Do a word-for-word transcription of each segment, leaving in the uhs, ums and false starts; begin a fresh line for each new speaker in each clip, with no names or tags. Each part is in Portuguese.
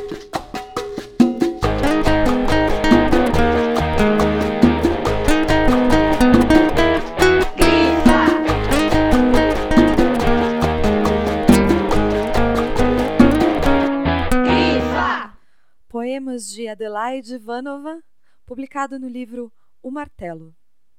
Poemas de Adelaide Ivanova, publicado no livro O Martelo.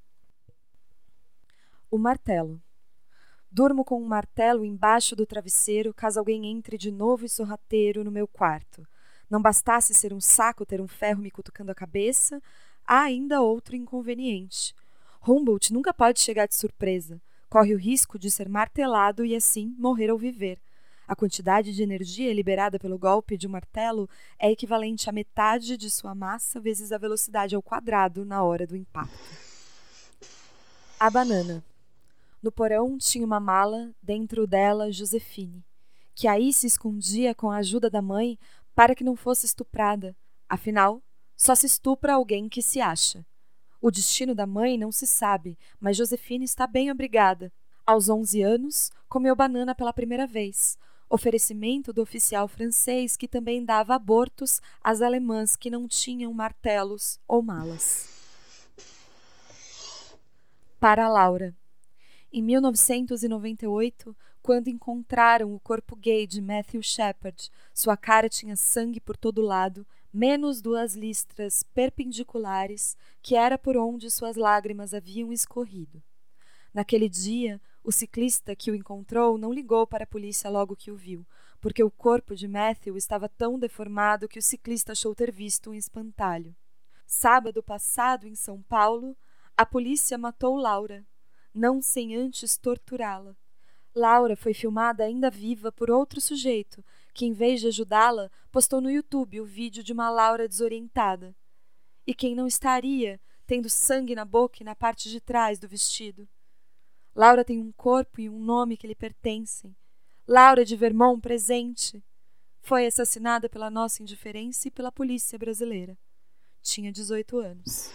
O martelo. Durmo com um martelo embaixo do travesseiro, caso alguém entre de novo e sorrateiro no meu quarto. Não bastasse ser um saco ter um ferro me cutucando a cabeça, há ainda outro inconveniente. Humboldt nunca pode chegar de surpresa. Corre o risco de ser martelado e, assim, morrer ao viver. A quantidade de energia liberada pelo golpe de um martelo é equivalente à metade de sua massa vezes a velocidade ao quadrado na hora do impacto. A banana. No porão tinha uma mala, dentro dela Josefine, que aí se escondia com a ajuda da mãe para que não fosse estuprada. Afinal, só se estupra alguém que se acha. O destino da mãe não se sabe, mas Josefine está bem obrigada. Aos onze anos, comeu banana pela primeira vez. Oferecimento do oficial francês que também dava abortos às alemãs que não tinham martelos ou malas. Para Laura. Em mil novecentos e noventa e oito, quando encontraram o corpo gay de Matthew Shepard, sua cara tinha sangue por todo lado, menos duas listras perpendiculares, que era por onde suas lágrimas haviam escorrido. Naquele dia, o ciclista que o encontrou não ligou para a polícia logo que o viu, porque o corpo de Matthew estava tão deformado que o ciclista achou ter visto um espantalho. Sábado passado, em São Paulo, a polícia matou Laura, não sem antes torturá-la. Laura foi filmada ainda viva por outro sujeito, que em vez de ajudá-la, postou no YouTube o vídeo de uma Laura desorientada. E quem não estaria, tendo sangue na boca e na parte de trás do vestido? Laura tem um corpo e um nome que lhe pertencem. Laura de Vermont presente. Foi assassinada pela nossa indiferença e pela polícia brasileira. Tinha dezoito anos.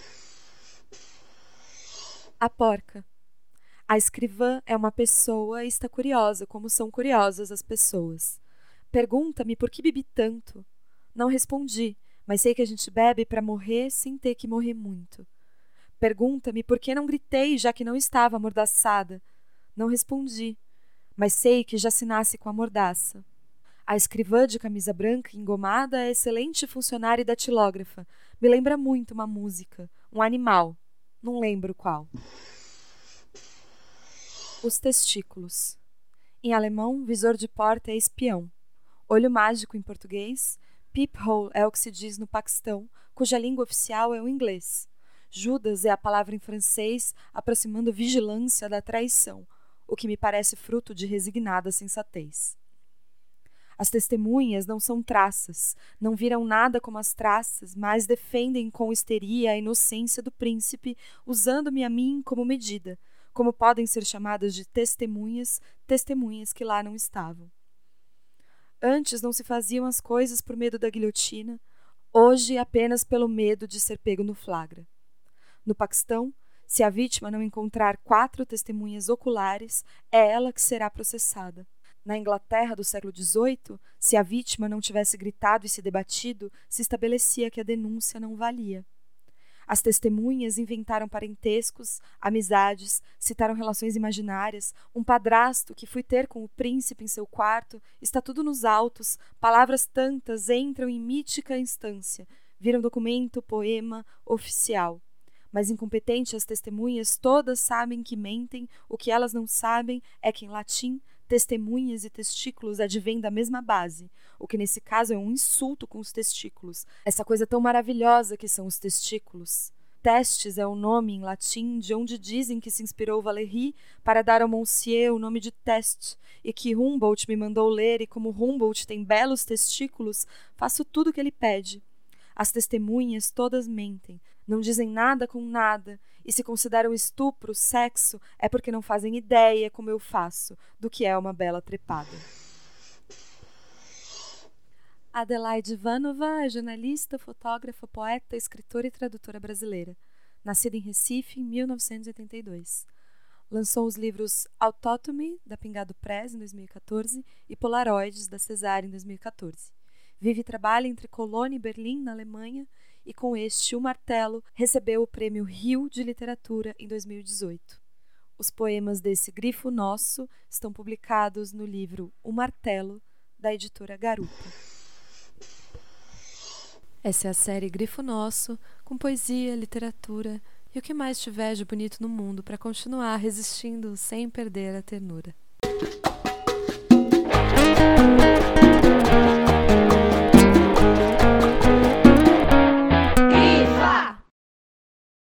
A porca. A escrivã é uma pessoa e está curiosa, como são curiosas as pessoas. Pergunta-me por que bebi tanto. Não respondi, mas sei que a gente bebe para morrer sem ter que morrer muito. Pergunta-me por que não gritei, já que não estava amordaçada. Não respondi, mas sei que já se nasce com a mordaça. A escrivã de camisa branca engomada é excelente funcionária e datilógrafa. Me lembra muito uma música, um animal. Não lembro qual. Os testículos. Em alemão, visor de porta é espião. Olho mágico em português, peephole é o que se diz no Paquistão, cuja língua oficial é o inglês. Judas é a palavra em francês, aproximando vigilância da traição, o que me parece fruto de resignada sensatez. As testemunhas não são traças, não viram nada como as traças, mas defendem com histeria a inocência do príncipe, usando-me a mim como medida, como podem ser chamadas de testemunhas, testemunhas que lá não estavam. Antes não se faziam as coisas por medo da guilhotina, hoje apenas pelo medo de ser pego no flagra. No Paquistão, se a vítima não encontrar quatro testemunhas oculares, é ela que será processada. Na Inglaterra do século dezoito, se a vítima não tivesse gritado e se debatido, se estabelecia que a denúncia não valia. As testemunhas inventaram parentescos, amizades, citaram relações imaginárias, um padrasto que fui ter com o príncipe em seu quarto, está tudo nos autos, palavras tantas entram em mítica instância, viram documento, poema, oficial. Mas incompetentes as testemunhas todas sabem que mentem, o que elas não sabem é que em latim testemunhas e testículos advêm da mesma base, o que nesse caso é um insulto com os testículos, essa coisa tão maravilhosa que são os testículos. Testes é o nome em latim de onde dizem que se inspirou Valéry para dar ao Monsieur o nome de teste, e que Humboldt me mandou ler, e como Humboldt tem belos testículos, faço tudo o que ele pede. As testemunhas todas mentem, não dizem nada com nada, e se consideram estupro, sexo, é porque não fazem ideia, como eu faço, do que é uma bela trepada. Adelaide Ivanova é jornalista, fotógrafa, poeta, escritora e tradutora brasileira. Nascida em Recife em mil novecentos e oitenta e dois. Lançou os livros Autótomy, da Pingado Press, em dois mil e quatorze, e Polaroides, da Cesar, em dois mil e quatorze. Vive e trabalha entre Colônia e Berlim, na Alemanha, e com este, O Martelo, recebeu o Prêmio Rio de Literatura em dois mil e dezoito. Os poemas desse grifo nosso estão publicados no livro O Martelo, da editora Garupa. Essa é a série Grifo Nosso, com poesia, literatura e o que mais tiver de bonito no mundo para continuar resistindo sem perder a ternura.